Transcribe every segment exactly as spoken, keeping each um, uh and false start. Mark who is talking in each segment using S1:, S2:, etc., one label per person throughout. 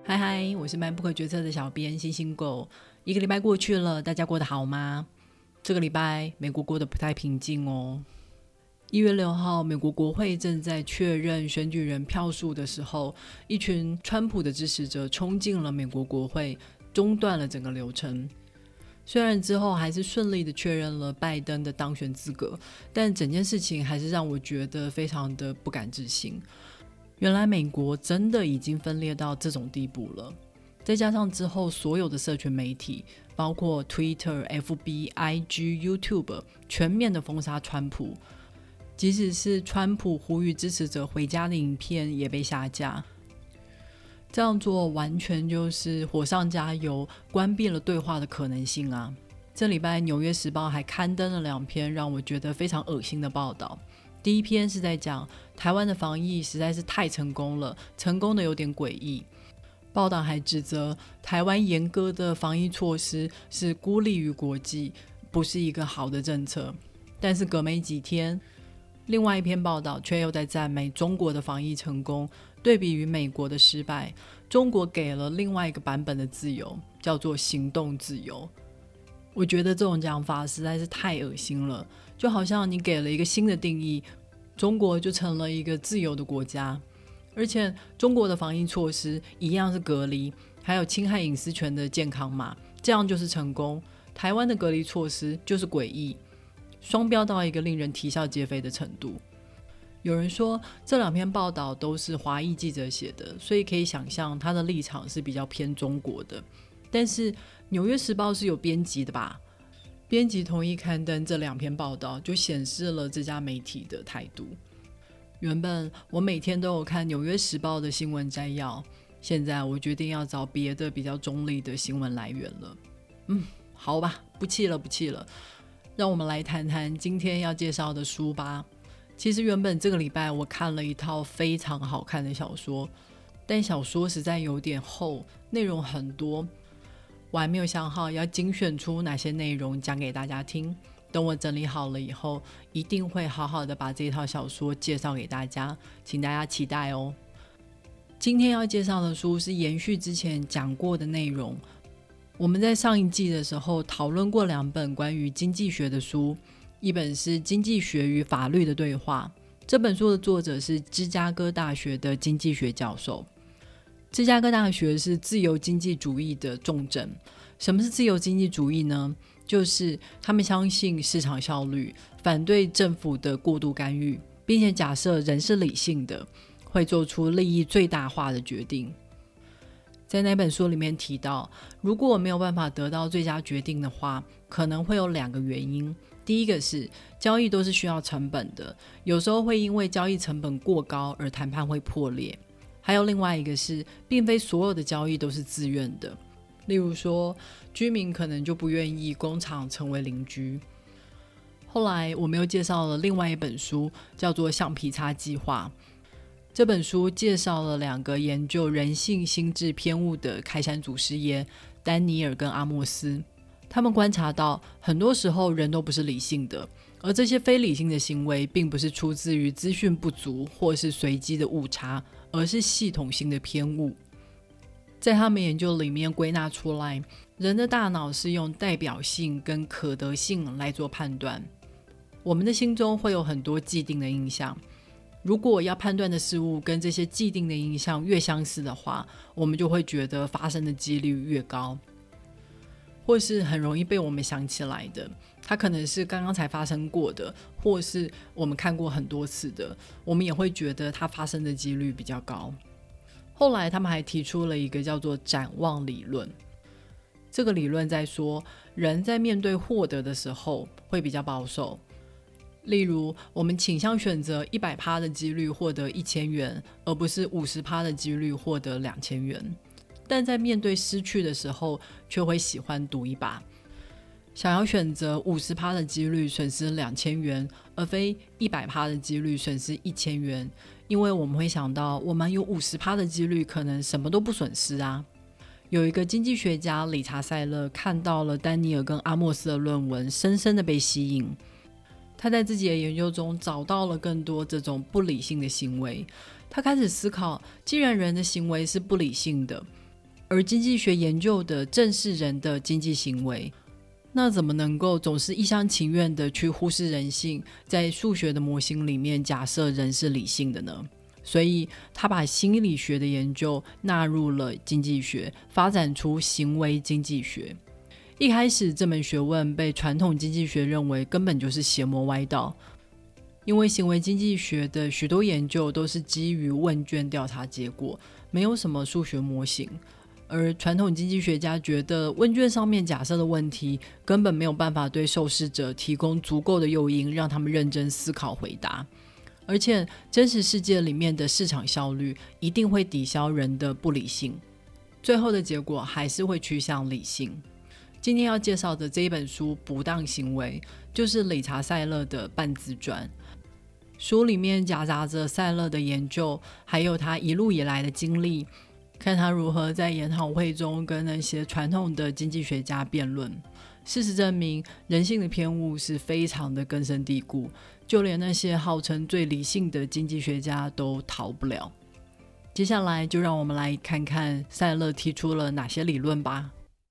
S1: 嗨嗨，我是蛮不可决策的小编星星狗。一个礼拜过去了，大家过得好吗？这个礼拜美国过得不太平静哦。一月六号，美国国会正在确认选举人票数的时候，一群川普的支持者冲进了美国国会，中断了整个流程。虽然之后还是顺利的确认了拜登的当选资格，但整件事情还是让我觉得非常的不敢置信。原来美国真的已经分裂到这种地步了。再加上之后所有的社群媒体，包括 Twitter、F B、I G、YouTube 全面的封杀川普，即使是川普呼吁支持者回家的影片也被下架。这样做完全就是火上加油，关闭了对话的可能性啊。这礼拜纽约时报还刊登了两篇让我觉得非常恶心的报道。第一篇是在讲台湾的防疫实在是太成功了，成功的有点诡异。报道还指责台湾严格的防疫措施是孤立于国际，不是一个好的政策。但是隔没几天，另外一篇报道却又在赞美中国的防疫成功，对比于美国的失败，中国给了另外一个版本的自由，叫做行动自由。我觉得这种讲法实在是太恶心了，就好像你给了一个新的定义，中国就成了一个自由的国家。而且中国的防疫措施一样是隔离，还有侵害隐私权的健康码，这样就是成功。台湾的隔离措施就是诡异，双标到一个令人啼笑皆非的程度。有人说这两篇报道都是华裔记者写的，所以可以想象他的立场是比较偏中国的。但是纽约时报是有编辑的吧，编辑同意刊登这两篇报道，就显示了这家媒体的态度。原本我每天都有看纽约时报的新闻摘要，现在我决定要找别的比较中立的新闻来源了。嗯，好吧，不气了不气了，让我们来谈谈今天要介绍的书吧。其实原本这个礼拜我看了一套非常好看的小说，但小说实在有点厚，内容很多，我还没有想好要精选出哪些内容讲给大家听。等我整理好了以后，一定会好好的把这套小说介绍给大家，请大家期待哦。今天要介绍的书是延续之前讲过的内容。我们在上一季的时候讨论过两本关于经济学的书，一本是《经济学与法律的对话》，这本书的作者是芝加哥大学的经济学教授。芝加哥大学是自由经济主义的重镇。什么是自由经济主义呢？就是他们相信市场效率，反对政府的过度干预，并且假设人是理性的，会做出利益最大化的决定。在那本书里面提到，如果我没有办法得到最佳决定的话，可能会有两个原因。第一个是交易都是需要成本的，有时候会因为交易成本过高而谈判会破裂。还有另外一个是，并非所有的交易都是自愿的，例如说居民可能就不愿意工厂成为邻居。后来我们又介绍了另外一本书，叫做《橡皮擦计划》。这本书介绍了两个研究人性心智偏误的开山祖师爷丹尼尔跟阿莫斯。他们观察到很多时候人都不是理性的，而这些非理性的行为并不是出自于资讯不足或是随机的误差，而是系统性的偏误。在他们研究里面归纳出来，人的大脑是用代表性跟可得性来做判断。我们的心中会有很多既定的印象，如果要判断的事物跟这些既定的印象越相似的话，我们就会觉得发生的几率越高，或是很容易被我们想起来的，它可能是刚刚才发生过的，或是我们看过很多次的，我们也会觉得它发生的几率比较高。后来他们还提出了一个叫做展望理论。这个理论在说，人在面对获得的时候会比较保守，例如我们倾向选择 百分之百 的几率获得一千元，而不是 百分之五十 的几率获得两千元。但在面对失去的时候却会喜欢赌一把，想要选择 百分之五十 的几率损失两千元，而非 百分之百 的几率损失一千元，因为我们会想到我们有 百分之五十 的几率可能什么都不损失啊。有一个经济学家理查塞勒看到了丹尼尔跟阿莫斯的论文，深深的被吸引。他在自己的研究中找到了更多这种不理性的行为。他开始思考，既然人的行为是不理性的， 而经济学研究的正是人的经济行为，那怎么能够总是一厢情愿的去忽视人性，在数学的模型里面假设人是理性的呢？所以他把心理学的研究纳入了经济学，发展出行为经济学。一开始这门学问被传统经济学认为根本就是邪魔歪道，因为行为经济学的许多研究都是基于问卷调查结果，没有什么数学模型，而传统经济学家觉得问卷上面假设的问题根本没有办法对受试者提供足够的诱因让他们认真思考回答，而且真实世界里面的市场效率一定会抵消人的不理性，最后的结果还是会趋向理性。今天要介绍的这一本书《不当行为》就是理查·塞勒的半自传，书里面夹杂着塞勒的研究，还有他一路以来的经历，看他如何在研讨会中跟那些传统的经济学家辩论。事实证明，人性的偏误是非常的根深蒂固，就连那些号称最理性的经济学家都逃不了。接下来就让我们来看看塞勒提出了哪些理论吧。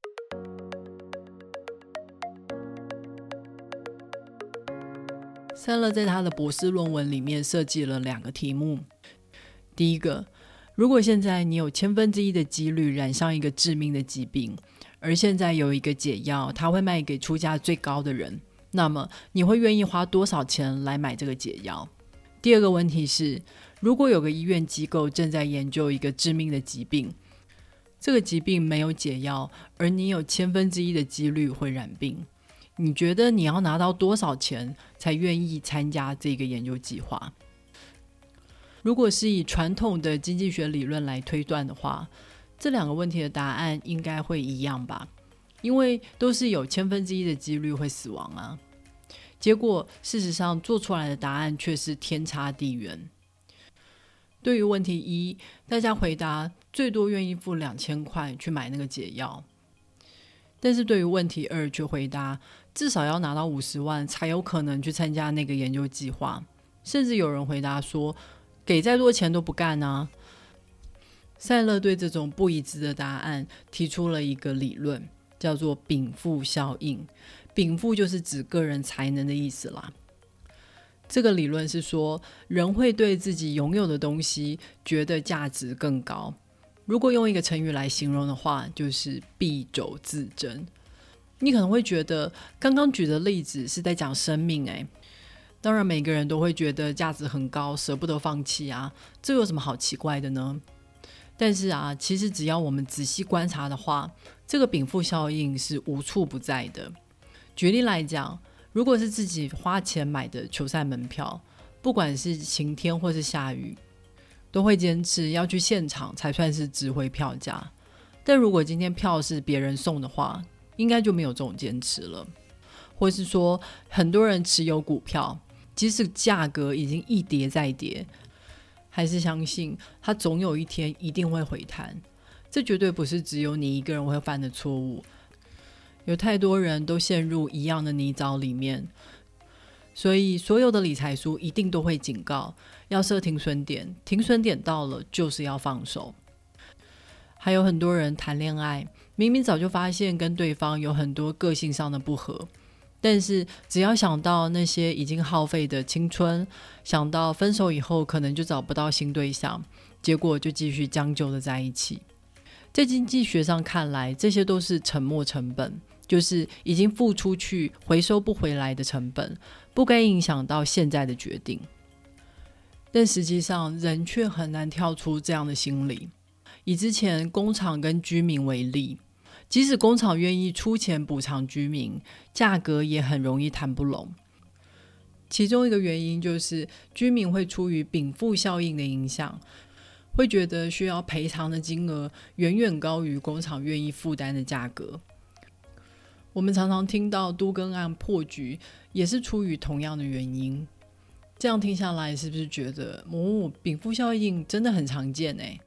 S1: 塞勒在他的博士论文里面设计了两个题目。第一个，如果现在你有千分之一的几率染上一个致命的疾病，而现在有一个解药，它会卖给出价最高的人，那么你会愿意花多少钱来买这个解药？第二个问题是，如果有个医院机构正在研究一个致命的疾病，这个疾病没有解药，而你有千分之一的几率会染病，你觉得你要拿到多少钱才愿意参加这个研究计划？如果是以传统的经济学理论来推断的话，这两个问题的答案应该会一样吧，因为都是有千分之一的几率会死亡啊。结果事实上做出来的答案却是天差地远。对于问题一，大家回答最多愿意付两千块去买那个解药，但是对于问题二却回答至少要拿到五十万才有可能去参加那个研究计划，甚至有人回答说给再多钱都不干啊。塞勒对这种不一致的答案提出了一个理论，叫做禀赋效应。禀赋就是指个人才能的意思啦。这个理论是说，人会对自己拥有的东西觉得价值更高。如果用一个成语来形容的话，就是敝帚自珍。你可能会觉得刚刚举的例子是在讲生命欸，当然每个人都会觉得价值很高，舍不得放弃啊，这有什么好奇怪的呢？但是啊，其实只要我们仔细观察的话，这个禀赋效应是无处不在的。举例来讲，如果是自己花钱买的球赛门票，不管是晴天或是下雨，都会坚持要去现场才算是值回票价。但如果今天票是别人送的话，应该就没有这种坚持了。或是说，很多人持有股票，即使价格已经一跌再跌，还是相信它总有一天一定会回弹。这绝对不是只有你一个人会犯的错误，有太多人都陷入一样的泥沼里面。所以所有的理财书一定都会警告要设停损点，停损点到了就是要放手。还有很多人谈恋爱，明明早就发现跟对方有很多个性上的不合，但是只要想到那些已经耗费的青春，想到分手以后可能就找不到新对象，结果就继续将就的在一起。在经济学上看来，这些都是沉没成本，就是已经付出去回收不回来的成本，不该影响到现在的决定。但实际上人却很难跳出这样的心理。以之前工厂跟居民为例，即使工厂愿意出钱补偿居民，价格也很容易谈不拢。其中一个原因就是居民会出于禀赋效应的影响，会觉得需要赔偿的金额远远高于工厂愿意负担的价格。我们常常听到都更案破局，也是出于同样的原因。这样听下来，是不是觉得哦，禀赋效应真的很常见欸？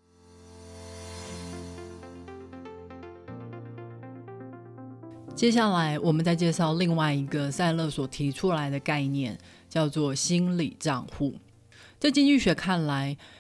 S1: 接下来我们再介绍另外一个塞勒所提出来的概念，叫做心理账户。在经济学看来，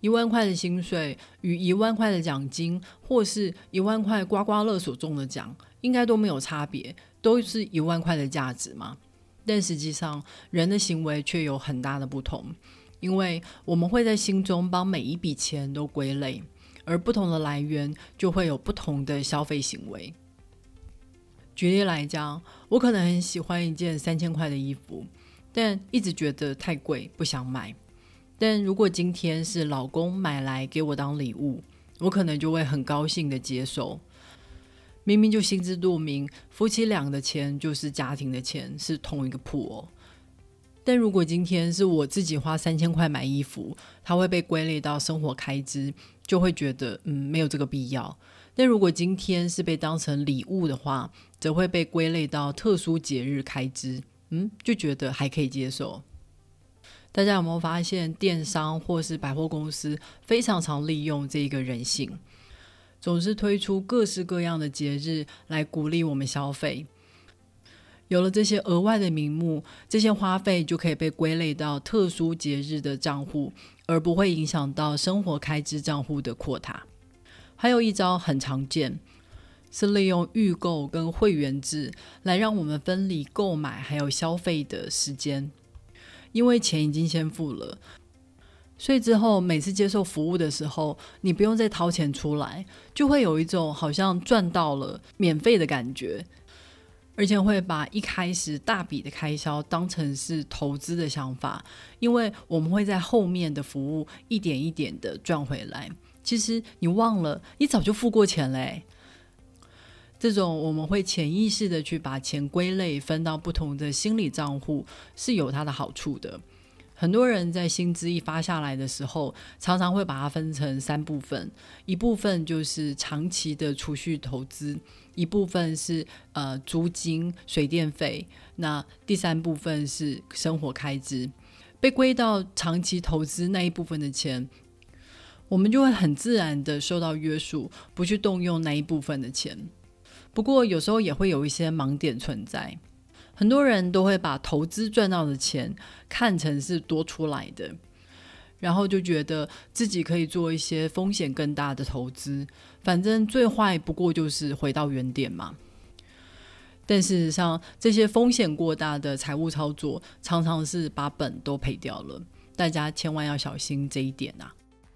S1: 一万块的薪水与一万块的奖金，或是一万块刮刮乐所中的奖，应该都没有差别，都是一万块的价值嘛。但实际上人的行为却有很大的不同，因为我们会在心中帮每一笔钱都归类，而不同的来源就会有不同的消费行为。举例来讲，我可能很喜欢一件三千块的衣服，但一直觉得太贵不想买。但如果今天是老公买来给我当礼物，我可能就会很高兴的接受。明明就心知肚明，夫妻俩的钱就是家庭的钱，是同一个铺哦。但如果今天是我自己花三千块买衣服，它会被归类到生活开支，就会觉得嗯没有这个必要。但如果今天是被当成礼物的话，则会被归类到特殊节日开支，嗯，就觉得还可以接受。大家有没有发现，电商或是百货公司非常常利用这个人性，总是推出各式各样的节日来鼓励我们消费。有了这些额外的名目，这些花费就可以被归类到特殊节日的账户，而不会影响到生活开支账户的扩大。还有一招很常见，是利用预购跟会员制来让我们分离购买还有消费的时间。因为钱已经先付了，所以之后每次接受服务的时候，你不用再掏钱出来，就会有一种好像赚到了免费的感觉，而且会把一开始大笔的开销当成是投资的想法，因为我们会在后面的服务一点一点的赚回来。其实你忘了，你早就付过钱嘞。这种我们会潜意识的去把钱归类分到不同的心理账户，是有它的好处的。很多人在薪资一发下来的时候，常常会把它分成三部分，一部分就是长期的储蓄投资，一部分是呃租金水电费，那第三部分是生活开支。被归到长期投资那一部分的钱，我们就会很自然的受到约束，不去动用那一部分的钱。不过有时候也会有一些盲点存在，很多人都会把投资赚到的钱看成是多出来的，然后就觉得自己可以做一些风险更大的投资，反正最坏不过就是回到原点嘛。但事实上，这些风险过大的财务操作常常是把本都赔掉了，大家千万要小心这一点啊。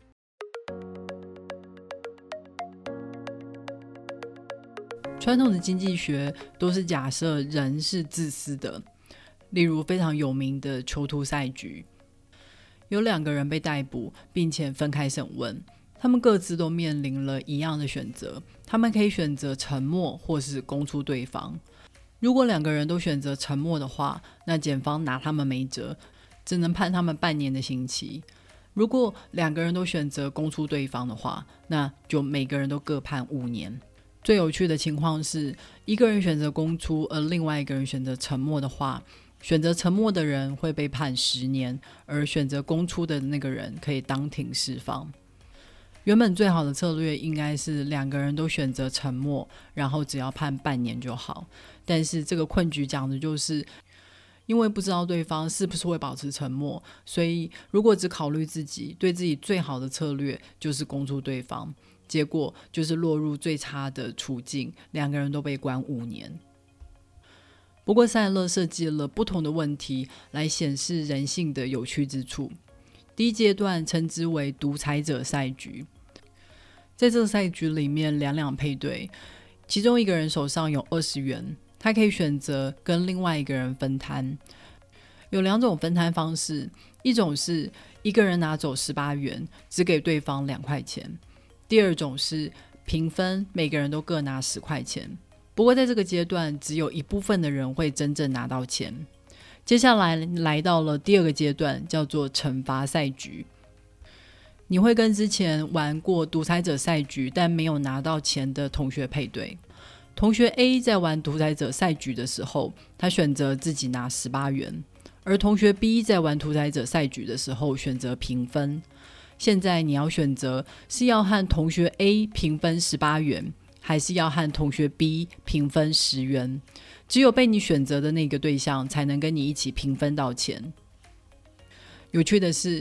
S1: 传统的经济学都是假设人是自私的，例如非常有名的囚徒赛局，有两个人被逮捕并且分开审问，他们各自都面临了一样的选择，他们可以选择沉默或是供出对方。如果两个人都选择沉默的话，那检方拿他们没辙，只能判他们半年的刑期。如果两个人都选择供出对方的话，那就每个人都各判五年。最有趣的情况是，一个人选择供出，而另外一个人选择沉默的话，选择沉默的人会被判十年，而选择供出的那个人可以当庭释放。原本最好的策略应该是两个人都选择沉默，然后只要判半年就好。但是这个困局讲的就是因为不知道对方是不是会保持沉默，所以如果只考虑自己，对自己最好的策略就是供出对方，结果就是落入最差的处境，两个人都被关五年。不过塞勒设计了不同的问题来显示人性的有趣之处。第一阶段称之为独裁者赛局，在这个赛局里面两两配对，其中一个人手上有二十元，他可以选择跟另外一个人分摊。有两种分摊方式，一种是一个人拿走十八元，只给对方两块钱。第二种是平分，每个人都各拿十块钱。不过在这个阶段，只有一部分的人会真正拿到钱。接下来来到了第二个阶段，叫做惩罚赛局。你会跟之前玩过独裁者赛局但没有拿到钱的同学配对。同学 A 在玩独裁者赛局的时候，他选择自己拿十八元，而同学 B 在玩独裁者赛局的时候选择平分。现在你要选择是要和同学 A 平分十八元，还是要和同学 B 平分十元。只有被你选择的那个对象才能跟你一起平分到钱。有趣的是，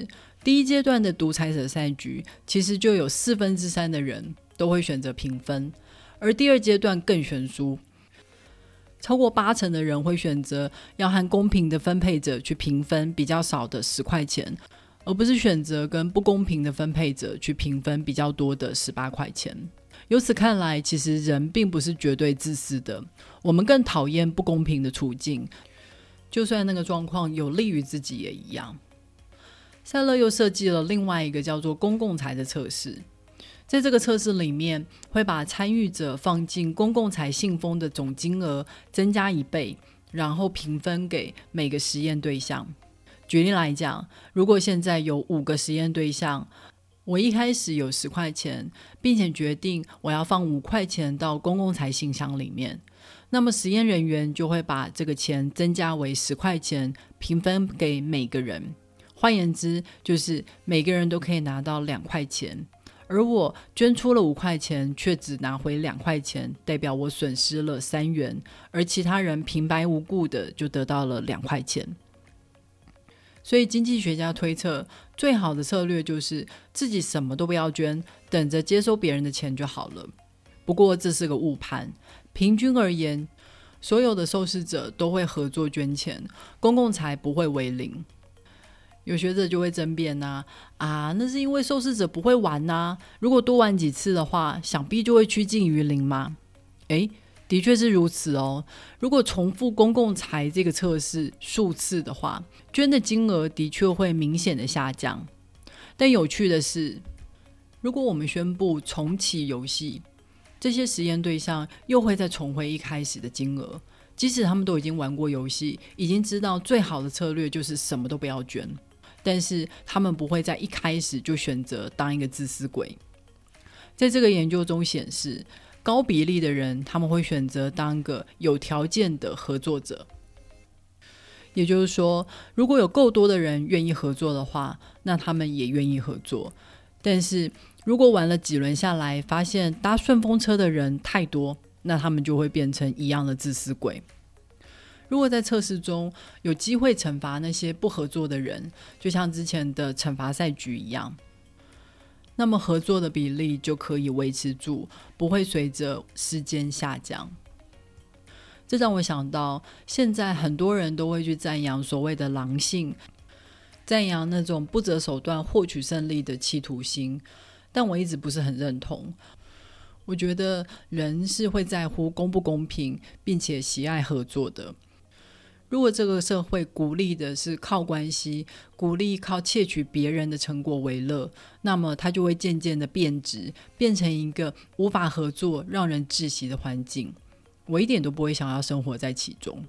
S1: 第一阶段的独裁者赛局其实就有四分之三的人都会选择平分，而第二阶段更悬殊，超过八成的人会选择要和公平的分配者去平分比较少的十块钱，而不是选择跟不公平的分配者去平分比较多的十八块钱。由此看来，其实人并不是绝对自私的，我们更讨厌不公平的处境，就算那个状况有利于自己也一样。赛勒又设计了另外一个叫做公共财的测试，在这个测试里面会把参与者放进公共财信封的总金额增加一倍，然后平分给每个实验对象。举例来讲，如果现在有五个实验对象，我一开始有十块钱，并且决定我要放五块钱到公共财信箱里面，那么实验人员就会把这个钱增加为十块钱，平分给每个人。换言之，就是每个人都可以拿到两块钱，而我捐出了五块钱，却只拿回两块钱，代表我损失了三元，而其他人平白无故的就得到了两块钱。所以经济学家推测，最好的策略就是自己什么都不要捐，等着接收别人的钱就好了。不过这是个误判，平均而言，所有的受试者都会合作捐钱，公共财不会为零。有学者就会争辩啊，啊，那是因为受试者不会玩啊，如果多玩几次的话，想必就会趋近于零吗？诶，的确是如此哦。如果重复公共财这个测试数次的话，捐的金额的确会明显的下降。但有趣的是，如果我们宣布重启游戏，这些实验对象又会再重回一开始的金额，即使他们都已经玩过游戏，已经知道最好的策略就是什么都不要捐，但是他们不会在一开始就选择当一个自私鬼。在这个研究中显示，高比例的人他们会选择当个有条件的合作者，也就是说，如果有够多的人愿意合作的话，那他们也愿意合作。但是如果玩了几轮下来，发现搭顺风车的人太多，那他们就会变成一样的自私鬼。如果在测试中有机会惩罚那些不合作的人，就像之前的惩罚赛局一样，那么合作的比例就可以维持住，不会随着时间下降。这让我想到，现在很多人都会去赞扬所谓的狼性，赞扬那种不择手段获取胜利的企图心，但我一直不是很认同。我觉得人是会在乎公不公平，并且喜爱合作的。如果这个社会鼓励的是靠关系，鼓励靠窃取别人的成果为乐，那么它就会渐渐的变质，变成一个无法合作、让人窒息的环境。我一点都不会想要生活在其中。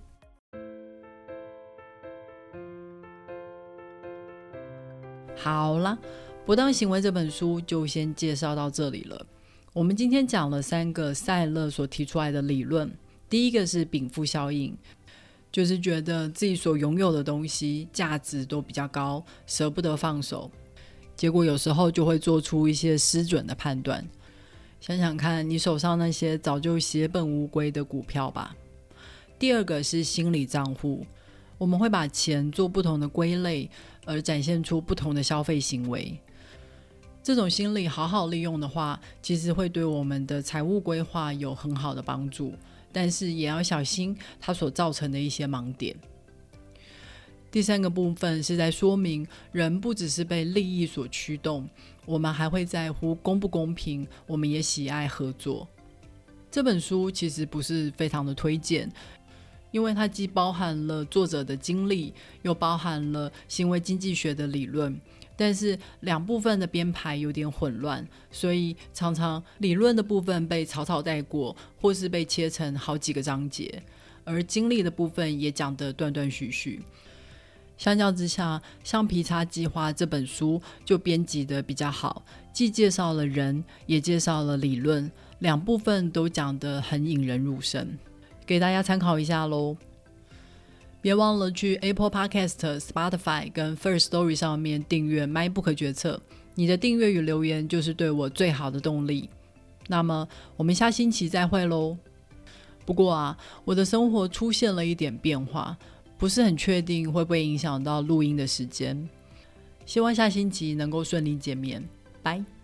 S1: 好啦，不当行为这本书就先介绍到这里了。我们今天讲了三个赛勒所提出来的理论。第一个是禀赋效应，就是觉得自己所拥有的东西价值都比较高，舍不得放手，结果有时候就会做出一些失准的判断。想想看你手上那些早就血本无归的股票吧。第二个是心理账户，我们会把钱做不同的归类，而展现出不同的消费行为。这种心理好好利用的话，其实会对我们的财务规划有很好的帮助，但是也要小心它所造成的一些盲点。第三个部分是在说明，人不只是被利益所驱动，我们还会在乎公不公平，我们也喜爱合作。这本书其实不是非常的推荐，因为它既包含了作者的经历，又包含了行为经济学的理论，但是两部分的编排有点混乱，所以常常理论的部分被草草带过，或是被切成好几个章节，而经历的部分也讲得断断续续。相较之下，橡皮擦计划这本书就编辑得比较好，既介绍了人，也介绍了理论，两部分都讲得很引人入胜，给大家参考一下咯。别忘了去 Apple Podcast、Spotify 跟 First Story 上面订阅 MyBook 决策，你的订阅与留言就是对我最好的动力。那么我们下星期再会咯。不过啊，我的生活出现了一点变化，不是很确定会不会影响到录音的时间。 希望下星期能够顺利见面，拜。